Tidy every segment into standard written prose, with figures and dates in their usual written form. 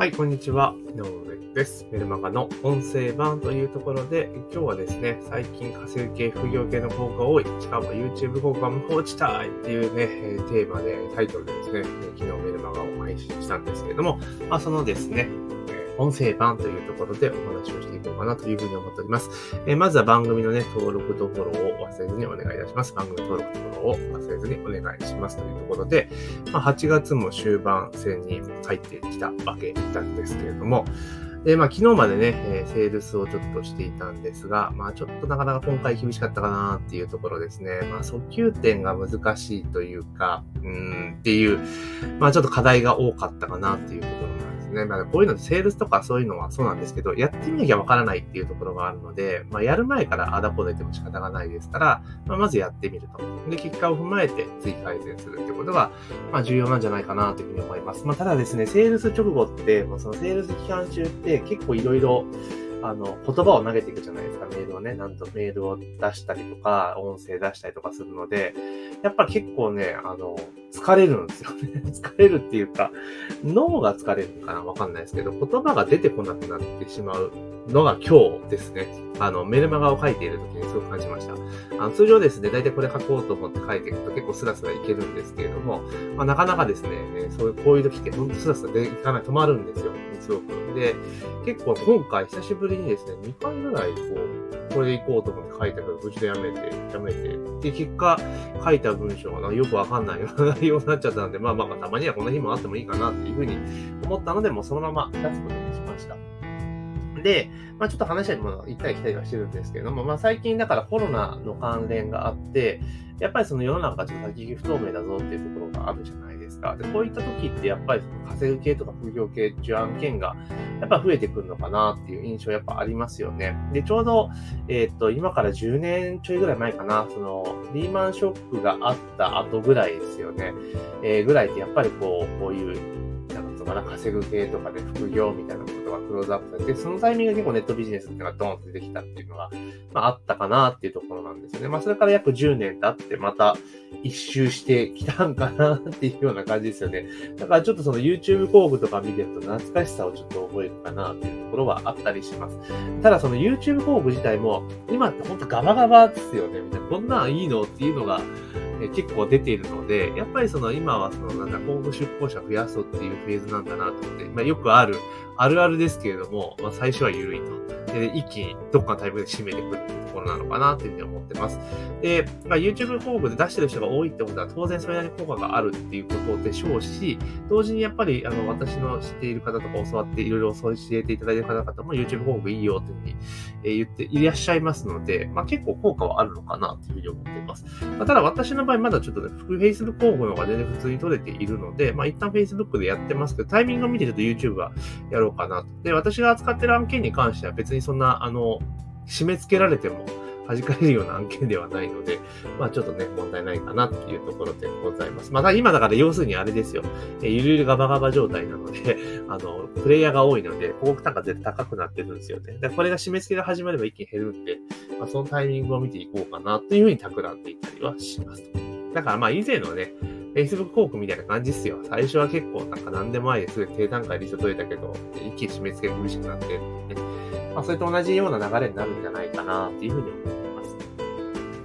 はい、こんにちは。井上です。メルマガの音声版というところで、今日はですね、最近稼ぎ系、副業系の効果が多い、しかも YouTube 効果も放置たいっていうね、テーマで、タイトルでですね、昨日メルマガを配信したんですけれども、そのですね、音声版というところでお話をしていこうかなというふうに思っております。まずは番組のね、登録とフォローを忘れずにお願いいたします。番組登録とフォローを忘れずにお願いしますというところで、8月も終盤戦に入ってきたわけなんですけれども、で、昨日までね、セールスをちょっとしていたんですが、ちょっとなかなか今回厳しかったかなっていうところですね。訴求点が難しいというか、っていう、ちょっと課題が多かったかなっていうところなんですね。こういうのでセールスとかそういうのはそうなんですけど、やってみなきゃわからないっていうところがあるので、やる前からあだこだ言っても仕方がないですから、まずやってみると。で、結果を踏まえて次改善するってことが、重要なんじゃないかなというふうに思います。ただですね、セールス直後って、そのセールス期間中って結構いろいろ言葉を投げていくじゃないですか。メールをね、なんとメールを出したりとか、音声出したりとかするので、やっぱ結構ね、疲れるんですよね。疲れるっていうか、脳が疲れるのかなわかんないですけど、言葉が出てこなくなってしまうのが今日ですね。メルマガを書いている時にすごく感じました。通常ですね、だいたいこれ書こうと思って書いていくと結構スラスラいけるんですけれども、なかなかですね、こういう時ってほんとスラスラでいかない、止まるんですよ。すごく。で、結構今回久しぶりにですね、2回ぐらいこれで行こうと思って書いたけど、途中でやめて、で、結果、書いた文章がよくわかんないような内容になっちゃったんで、たまにはこんな日もあってもいいかなっていうふうに思ったので、もうそのまま出すことにしました。で、ちょっと話も行ったり来たりはしてるんですけれども、最近だからコロナの関連があって、やっぱりその世の中がちょっと先行き不透明だぞっていうところがあるじゃないですか。で、こういった時ってやっぱりその稼ぐ系とか副業系っていう案件がやっぱ増えてくるのかなっていう印象やっぱありますよね。で、ちょうど、今から10年ちょいぐらい前かな、そのリーマンショックがあった後ぐらいですよね。ぐらいってやっぱりこういう稼ぐ系とかで副業みたいなことがクローズアップされて、そのタイミングで結構ネットビジネスっていうのがドーンと出てきたっていうのが、あったかなっていうところなんですよね。それから約10年経ってまた一周してきたんかなっていうような感じですよね。だからちょっとその YouTube 広告とか見てると懐かしさをちょっと覚えるかなっていうところはあったりします。ただその YouTube 広告自体も今ってほんとガバガバですよね。みたいなこんなんいいのっていうのが結構出ているので、やっぱりその今はその広告出稿者増やそうっていうフェーズなんだなと思って、よくあるあるですけれども、最初は緩いと。で、一気にどっかのタイプで締めてくるっていうところなのかなっていうふうに思ってます。で、YouTube 広告で出してる人が多いってことは当然それなりに効果があるっていうことでしょうし、同時にやっぱり私の知っている方とか教わっていろいろ教えていただいている方々も YouTube 広告いいよっていうふうに言っていらっしゃいますので、結構効果はあるのかなっていうふうに思っています。ただ私の場合まだちょっとね、Facebook 広告の方が全然普通に取れているので、一旦 Facebook でやってますけど、タイミングを見てると YouTube はやろうかなと。で、私が扱ってる案件に関しては別にそんな、締め付けられても弾かれるような案件ではないので、ちょっとね、問題ないかなっていうところでございます。今だから要するにあれですよ。ゆるゆるガバガバ状態なので、プレイヤーが多いので、広告単価絶対高くなってるんですよね。で、これが締め付けが始まれば一気に減るんで、そのタイミングを見ていこうかなっていうふうに企んでいたりはします。だから以前のね、Facebook 広告みたいな感じですよ。最初は結構何でもありですぐ低単価でリスト取れたけど、一気に締め付けが厳しくなってるんでね。それと同じような流れになるんじゃないかなっていうふうに思ってます。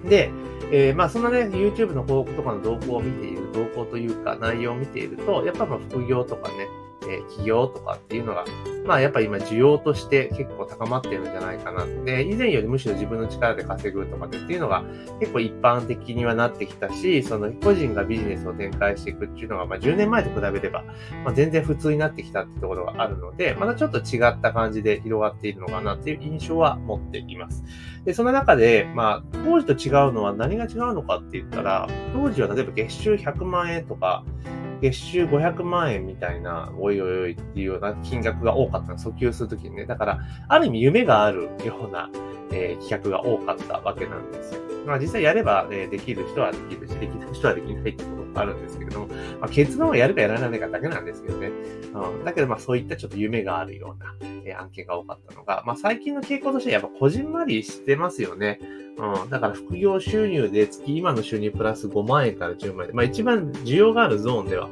で、そんなね、YouTube の広告とかの動向を見ている、動向というか内容を見ていると、やっぱ副業とかね、企業とかっていうのが、やっぱり今需要として結構高まってるんじゃないかな。で、以前よりむしろ自分の力で稼ぐとかっていうのが結構一般的にはなってきたし、その個人がビジネスを展開していくっていうのが、10年前と比べれば、全然普通になってきたってところがあるので、またちょっと違った感じで広がっているのかなっていう印象は持っています。で、その中で、当時と違うのは何が違うのかって言ったら、当時は例えば月収100万円とか、月収500万円みたいな、おいおいおいっていうような金額が多かったの、訴求するときにね。だから、ある意味夢があるような、企画が多かったわけなんですよ。実際やれば、できる人はできるし、できない人はできないってことがあるんですけれども、結論はやるかやらないかだけなんですけどね。だけど、そういったちょっと夢があるような、案件が多かったのが、最近の傾向としてはやっぱこじんまりしてますよね。だから副業収入で月今の収入プラス5万円から10万円で、一番需要があるゾーンでは、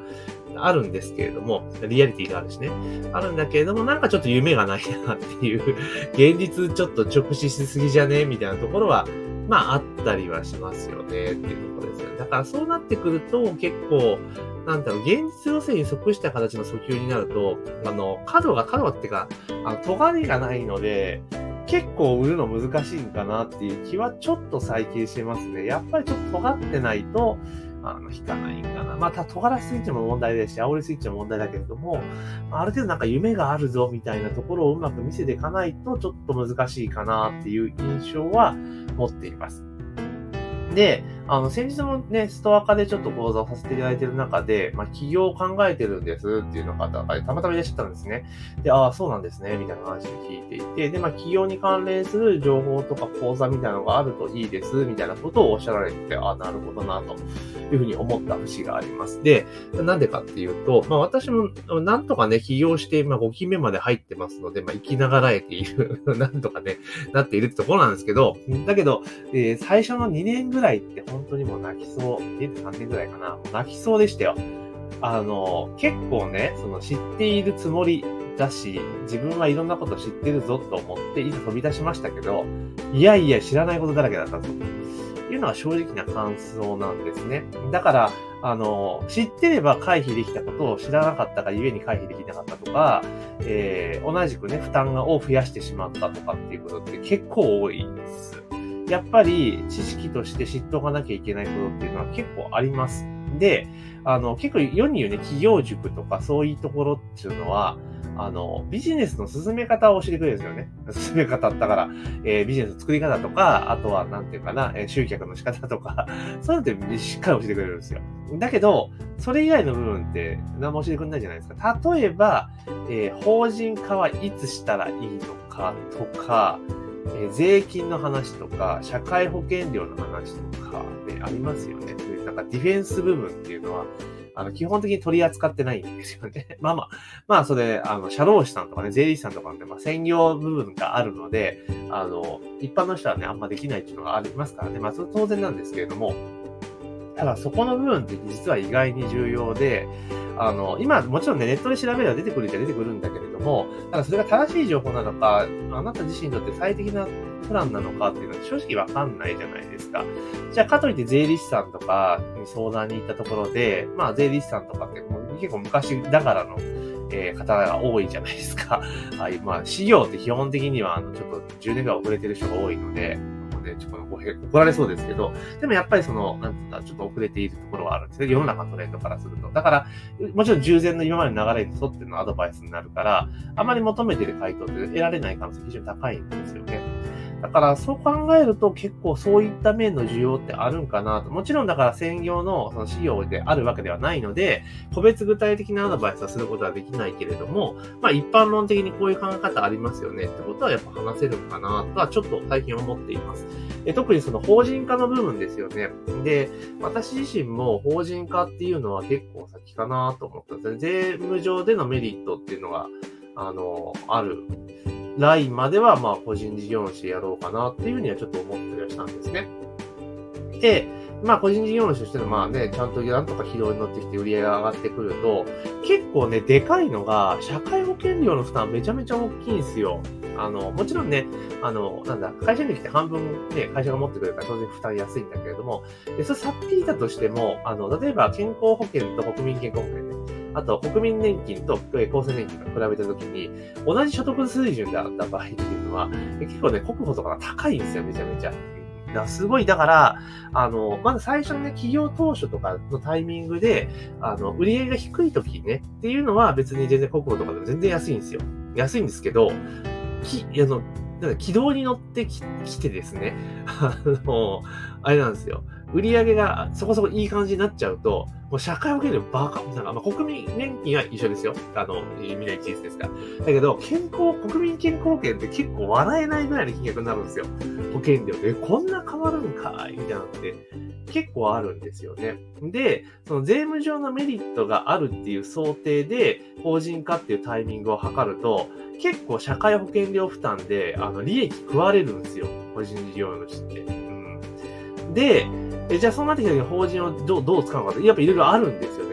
あるんですけれども、リアリティがあるしね。あるんだけれども、なんかちょっと夢がないなっていう、現実ちょっと直視しすぎじゃねみたいなところは、まああったりはしますよねっていうところですよね。だからそうなってくると結構、なんだろう、現実路線に即した形の訴求になると、角がっていうか、尖りがないので、結構売るの難しいんかなっていう気はちょっと最近してますね。やっぱりちょっと尖ってないと、引かないんかな。まあ、尖らしすぎても問題ですし、煽りすぎても問題だけれども、ある程度なんか夢があるぞみたいなところをうまく見せていかないと、ちょっと難しいかなっていう印象は持っています。で、先日もね、ストア化でちょっと講座をさせていただいている中で、起業を考えてるんですっていうの方がたまたまいらっしゃったんですね。で、そうなんですね、みたいな話を聞いていて、で、起業に関連する情報とか講座みたいなのがあるといいです、みたいなことをおっしゃられてて、なるほどな、というふうに思った節があります。で、なんでかっていうと、私もなんとかね、起業して、5期目まで入ってますので、生きながらえている、なんとかね、なっているってところなんですけど、だけど、最初の2年ぐらいって本当にもう泣きそう。3年ぐらいかな。もう泣きそうでしたよ。結構ね、知っているつもりだし、自分はいろんなこと知ってるぞと思って、いざ飛び出しましたけど、いやいや知らないことだらけだったというのが正直な感想なんですね。だから、知ってれば回避できたことを知らなかったがゆえに回避できなかったとか、同じくね、負担を増やしてしまったとかっていうことって結構多いんです。やっぱり知識として知っておかなきゃいけないことっていうのは結構あります。で、結構世に言うね、企業塾とかそういうところっていうのは、ビジネスの進め方を教えてくれるんですよね。進め方だから、ビジネスの作り方とか、あとはなんていうかな、集客の仕方とか、そういうのってしっかり教えてくれるんですよ。だけど、それ以外の部分って何も教えてくれないじゃないですか。例えば、法人化はいつしたらいいのかとか、税金の話とか、社会保険料の話とかでありますよね。そういうなんかディフェンス部分っていうのは、基本的に取り扱ってないんですよね。それ、社労士さんとかね、税理士さんとかって、専業部分があるので、一般の人はね、あんまできないっていうのがありますからね。それ当然なんですけれども、ただそこの部分って実は意外に重要で、今、もちろんね、ネットで調べれば出てくるっちゃ出てくるんだけれども、ただそれが正しい情報なのか、あなた自身にとって最適なプランなのかっていうのは正直わかんないじゃないですか。じゃあ、かといって税理士さんとかに相談に行ったところで、税理士さんとかって結構昔だからの、方が多いじゃないですか。はい。事業って基本的には、ちょっと10年ぐらい遅れてる人が多いので、ちょっと怒られそうですけど、でもやっぱりなんていうか、ちょっと遅れているところはあるんですね。世の中のトレンドからすると。だから、もちろん従前の今までの流れに沿ってのアドバイスになるから、あまり求めている回答って得られない可能性が非常に高いんですよね。だから、そう考えると結構そういった面の需要ってあるんかなと。もちろんだから専業のその事業であるわけではないので、個別具体的なアドバイスはすることはできないけれども、一般論的にこういう考え方ありますよねってことはやっぱ話せるのかなとはちょっと最近思っています。特にその法人化の部分ですよね。で、私自身も法人化っていうのは結構先かなと思ったんですね。税務上でのメリットっていうのが、ある。ラインまでは個人事業主やろうかなっていうふうにはちょっと思ってりはしたんですね。で、個人事業主としてのちゃんとなんとか軌道に乗ってきて売り上げが上がってくると、結構ね、でかいのが、社会保険料の負担めちゃめちゃ大きいんですよ。もちろんね、会社に来て半分ね、会社が持ってくれるから当然負担安いんだけれども、それさっぴりだとしても、例えば健康保険と国民健康保険ね、あと国民年金と厚生年金が比べたときに、同じ所得水準であった場合っていうのは、結構ね、国保とかが高いんですよ、めちゃめちゃ。すごい、だから、まず最初のね、企業当初とかのタイミングで、売り上げが低い時ね、っていうのは別に全然国保とかでも全然安いんですよ。安いんですけど、軌道に乗ってきてですね、あれなんですよ。売り上げがそこそこいい感じになっちゃうと、もう社会保険料バカ、国民年金は一緒ですよ。みんな一律ですから。だけど、国民健康保険って結構笑えないぐらいの金額になるんですよ。保険料で、こんな変わるんかいみたいなのって結構あるんですよね。で、その税務上のメリットがあるっていう想定で、法人化っていうタイミングを測ると、結構社会保険料負担で、利益食われるんですよ。個人事業主って。で、じゃあそうなってきた時に法人をどう使うのかって、やっぱいろいろあるんですよね。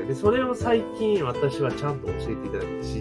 ね。で、それを最近私はちゃんと教えていただいて知って、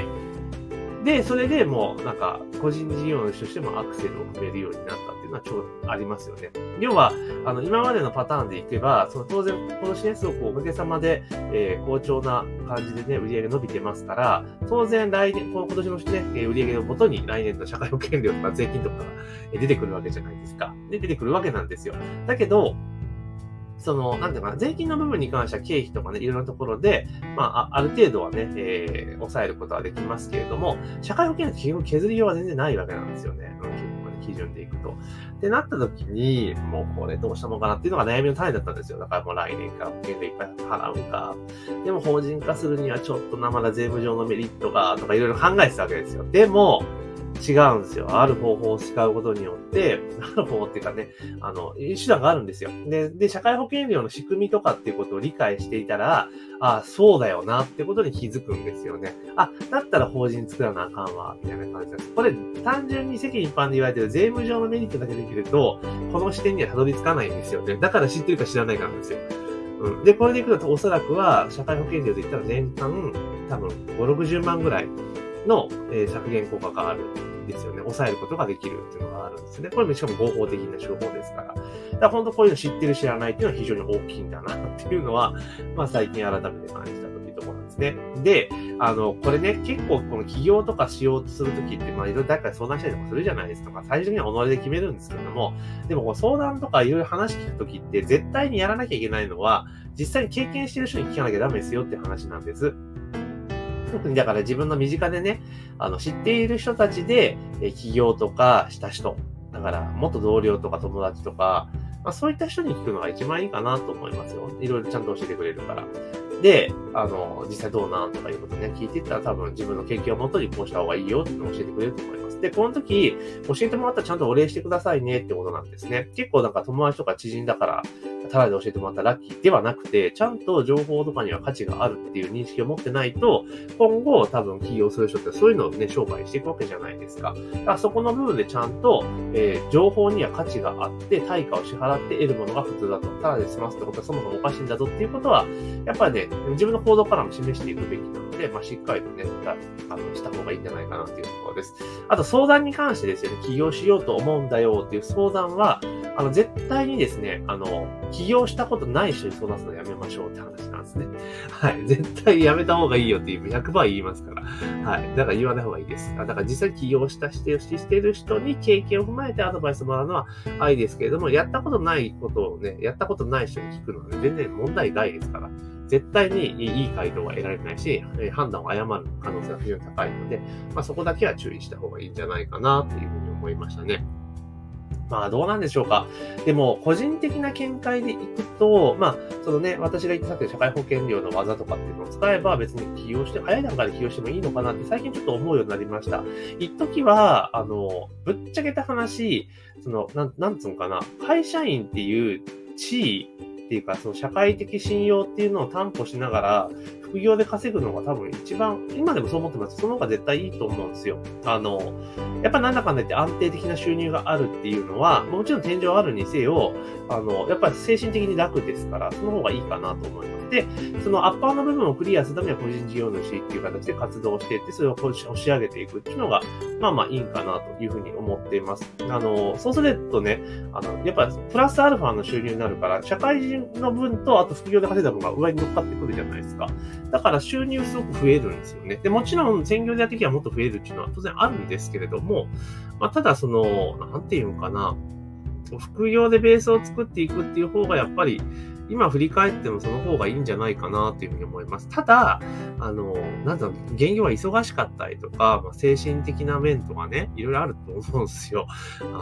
で、それでもうなんか個人事業主としてもアクセルを踏めるようになったっていうのはちょうどありますよね。要は、今までのパターンでいけば、当然、この支援すごくおかげさまで、好調な感じでね、売り上げ伸びてますから、当然今年のね、売り上げのもとに来年の社会保険料とか税金とかが出てくるわけじゃないですか。で、出てくるわけなんですよ。だけど、なんていうかな、税金の部分に関しては経費とかね、いろんなところで、ある程度はね、抑えることはできますけれども、社会保険料って結局削りようは全然ないわけなんですよね。結構ね、基準でいくと。ってなった時に、もうこれどうしたもんかなっていうのが悩みの種だったんですよ。だからもう来年から保険料いっぱい払うか。でも法人化するにはちょっとまだ税務上のメリットが、とかいろいろ考えてたわけですよ。でも、違うんですよ。ある方法を使うことによって、ある方法っていうかね、手段があるんですよ。で、社会保険料の仕組みとかっていうことを理解していたら、そうだよなってことに気づくんですよね。だったら法人作らなあかんわ、みたいな感じです。これ、単純に世間一般で言われてる税務上のメリットだけできると、この視点にはたどり着かないんですよね。だから知ってるか知らないかなんですよ。で、これでいくとおそらくは、社会保険料で言ったら年間、多分、5、60万ぐらいの、削減効果がある。ですよね。抑えることができるっていうのがあるんですね。これもしかも合法的な手法ですから。だから本当こういうの知ってる知らないっていうのは非常に大きいんだなっていうのは、最近改めて感じたというところなんですね。で、これね、結構この起業とかしようとするときって、いろいろ誰かに相談したりとかするじゃないですか。最終的には己で決めるんですけれども、でもこう相談とかいろいろ話聞くときって絶対にやらなきゃいけないのは、実際に経験してる人に聞かなきゃダメですよっていう話なんです。特にだから自分の身近でね、知っている人たちで、起業とかした人、だから元同僚とか友達とか、そういった人に聞くのが一番いいかなと思いますよ。いろいろちゃんと教えてくれるから。で、実際どうなんとかいうことね、聞いていったら多分自分の経験をもとにこうした方がいいよっていうのを教えてくれると思います。で、この時、教えてもらったらちゃんとお礼してくださいねってことなんですね。結構なんか友達とか知人だから、ただで教えてもらったらラッキーではなくて、ちゃんと情報とかには価値があるっていう認識を持ってないと、今後多分起業する人ってそういうのをね、商売していくわけじゃないですか。だからそこの部分でちゃんと、情報には価値があって、対価を支払って得るものが普通だと。ただで済ますってことはそもそもおかしいんだぞっていうことは、やっぱりね、自分の行動からも示していくべきなので、しっかりとね、した方がいいんじゃないかなっていうところです。あと相談に関してですよね、起業しようと思うんだよっていう相談は、絶対にですね、起業したことない人に相談するのやめましょうって話なんですね。はい。絶対やめた方がいいよって100% 言いますから。はい。だから言わない方がいいです。だから実際に起業してる人に経験を踏まえてアドバイスもらうのはいいですけれども、やったことないことをね、やったことない人に聞くのはね、全然問題外ですから。絶対にいい回答は得られないし、判断を誤る可能性が非常に高いので、そこだけは注意した方がいいんじゃないかなというふうに思いましたね。どうなんでしょうか。でも、個人的な見解でいくと、私が言ったさっきの社会保険料の技とかっていうのを使えば別に起業して、早い段階で起業してもいいのかなって最近ちょっと思うようになりました。一時は、ぶっちゃけた話、なんつうのかな、会社員っていう地位っていうか、社会的信用っていうのを担保しながら、副業で稼ぐのが多分一番、今でもそう思ってます。その方が絶対いいと思うんですよ。やっぱなんだかんだ言って安定的な収入があるっていうのは、もちろん天井あるにせよ、やっぱり精神的に楽ですから、その方がいいかなと思います。で、そのアッパーの部分をクリアするためには個人事業主っていう形で活動していって、それを押し上げていくっていうのが、いいんかなというふうに思っています。そうするとね、やっぱりプラスアルファの収入になるから、社会人の分と、あと副業で稼いだ分が上に乗っかってくるじゃないですか。だから収入すごく増えるんですよね。で、もちろん専業でやっていけばもっと増えるっていうのは当然あるんですけれども、ただなんていうのかな、副業でベースを作っていくっていう方がやっぱり、今振り返ってもその方がいいんじゃないかなというふうに思います。ただ、現業は忙しかったりとか、精神的な面とかね、いろいろあると思うんですよ。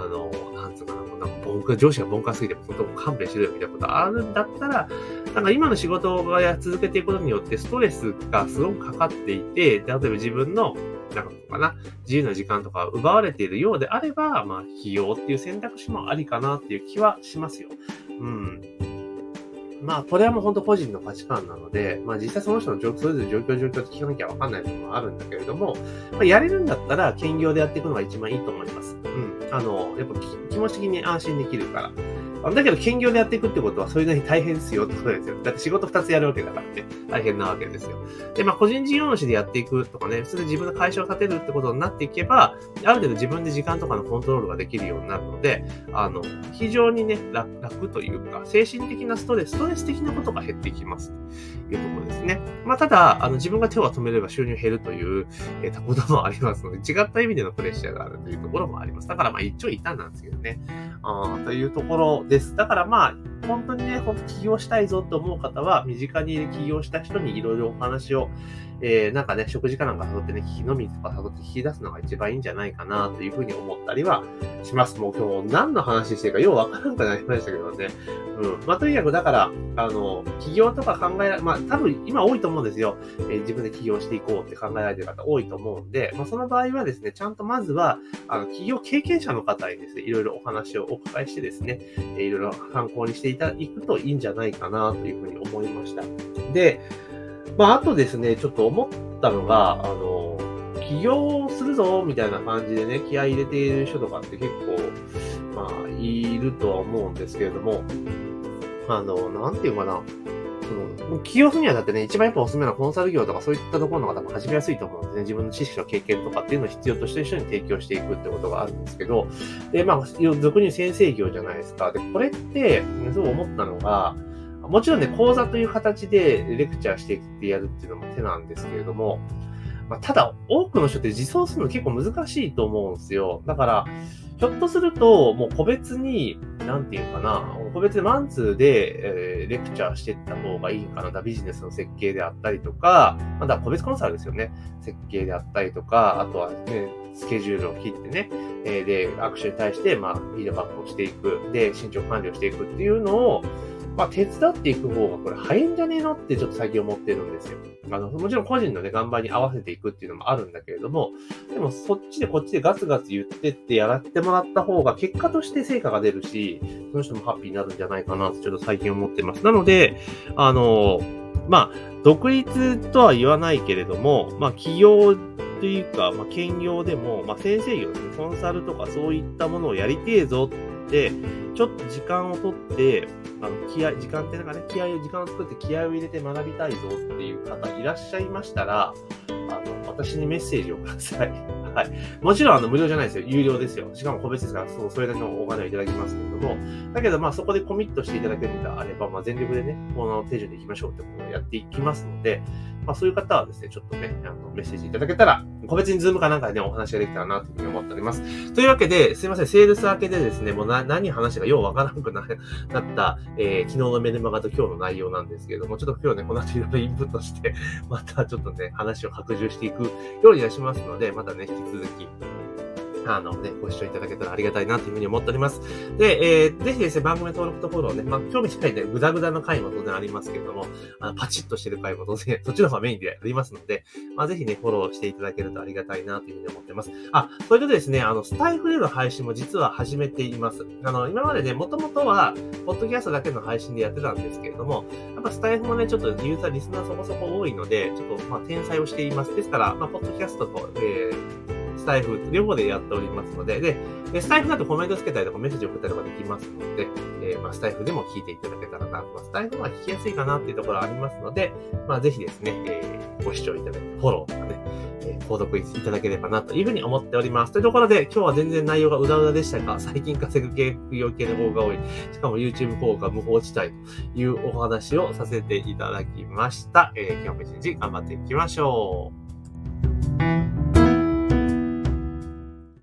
上司がボンカすぎても、本当勘弁してるよみたいなことあるんだったら、今の仕事を続けていくことによってストレスがすごくかかっていて、例えば自分の自由な時間とか奪われているようであれば、起業っていう選択肢もありかなっていう気はしますよ。これはもう本当個人の価値観なので、実際その人のそれぞれ状況って聞かなきゃわかんない部分もあるんだけれども、やれるんだったら兼業でやっていくのが一番いいと思います。やっぱ気持ち的に安心できるから。 だけど兼業でやっていくってことはそれなりに大変ですよってことですよ。だって仕事2つやるわけだからね、大変なわけですよ。で、個人事業主でやっていくとかね、普通に自分の会社を立てるってことになっていけば、ある程度自分で時間とかのコントロールができるようになるので、非常にね、楽というか、精神的なストレス的なことが減っていきますというところですね。ただ、自分が手を止めれば収入減るという、こともありますので、違った意味でのプレッシャーがあるというところもあります。だから一長一短なんですけどね。というところです。だから本当にね、起業したいぞと思う方は、身近に起業した人にいろいろお話を、食事かなんか誘ってね、飲みとか誘って聞き出すのが一番いいんじゃないかなというふうに思ったりはします。もう今日何の話してるかようわからなくなりましたけどね。とにかくだから、起業とか考えられ、多分今多いと思うんですよ。自分で起業していこうって考えられてる方多いと思うんで、その場合はですね、ちゃんとまずは、起業経験者の方にですね、いろいろお話をお伺いしてですね、いろいろ参考にしていただくといいんじゃないかなというふうに思いました。で、あとですね、ちょっと思ったのが、起業するぞ、みたいな感じでね、気合い入れている人とかって結構、いるとは思うんですけれども、なんていうかな、起業するにはだってね、一番やっぱおすすめなコンサル業とかそういったところの方が多分始めやすいと思うんですね。自分の知識と経験とかっていうのを必要として一緒に提供していくってことがあるんですけど、で、俗に先生業じゃないですか。で、これって、すごい思ったのが、もちろんね、講座という形でレクチャーしていってやるっていうのも手なんですけれども、ただ、多くの人って自走するの結構難しいと思うんですよ。だから、ひょっとすると、もう個別に、個別でマンツーで、レクチャーしていった方がいいかな。ビジネスの設計であったりとか、個別コンサルですよね。設計であったりとか、あとはね、スケジュールを切ってね、で、握手に対して、フィードバックをしていく。で、進捗管理をしていくっていうのを、手伝っていく方がこれ早いんじゃねえのってちょっと最近思ってるんですよ。もちろん個人のね、頑張りに合わせていくっていうのもあるんだけれども、でもそっちでこっちでガツガツ言ってってやらってもらった方が結果として成果が出るし、その人もハッピーになるんじゃないかなってちょっと最近思ってます。なので、独立とは言わないけれども、起業というか、兼業でも、先生業ですね、コンサルとかそういったものをやりてえぞって、ちょっと時間をとって、時間を作って気合を入れて学びたいぞっていう方いらっしゃいましたら、私にメッセージをください。はい。もちろん、無料じゃないですよ。有料ですよ。しかも個別ですから、それなりのお金をいただきますけれども、だけど、そこでコミットしていただけるのであれば、全力でね、この手順で行きましょうってことをやっていきますので、そういう方はですね、ちょっとね、メッセージいただけたら、個別にズームかなんかでね、お話ができたらなというふうに思っております。というわけで、すいません、セールス明けでですね、もう何話がようわからなくなった、昨日のメルマガと今日の内容なんですけれども、ちょっと今日ね、この後いろいろインプットして、またちょっとね、話を拡充していくようにはしますので、またね、引き続き、ご視聴いただけたらありがたいなというふうに思っております。で、ぜひですね、番組登録とフォローね、今日みたいにね、グダグダの回も当然ありますけれども、パチッとしてる回も当然、そっちの方がメインでありますので、ぜひね、フォローしていただけるとありがたいなというふうに思っています。それとですね、スタイフでの配信も実は始めています。今までね、もともとは、ポッドキャストだけの配信でやってたんですけれども、やっぱスタイフもね、ちょっとリスナーそこそこ多いので、ちょっと、転載をしています。ですから、ポッドキャストと、スタイフ、両方でやっておりますので、で、スタイフだとコメントつけたりとかメッセージ送ったりとかできますので、スタイフでも聞いていただけたらなと。スタイフは聞きやすいかなっていうところありますので、ぜひですね、ご視聴いただいて、フォローとかね、購読いただければなというふうに思っております。というところで、今日は全然内容がうだうだでしたが、最近稼ぐ系、副業系の方が多い。しかも YouTube 効果無法地帯というお話をさせていただきました。今日も一日頑張っていきましょう。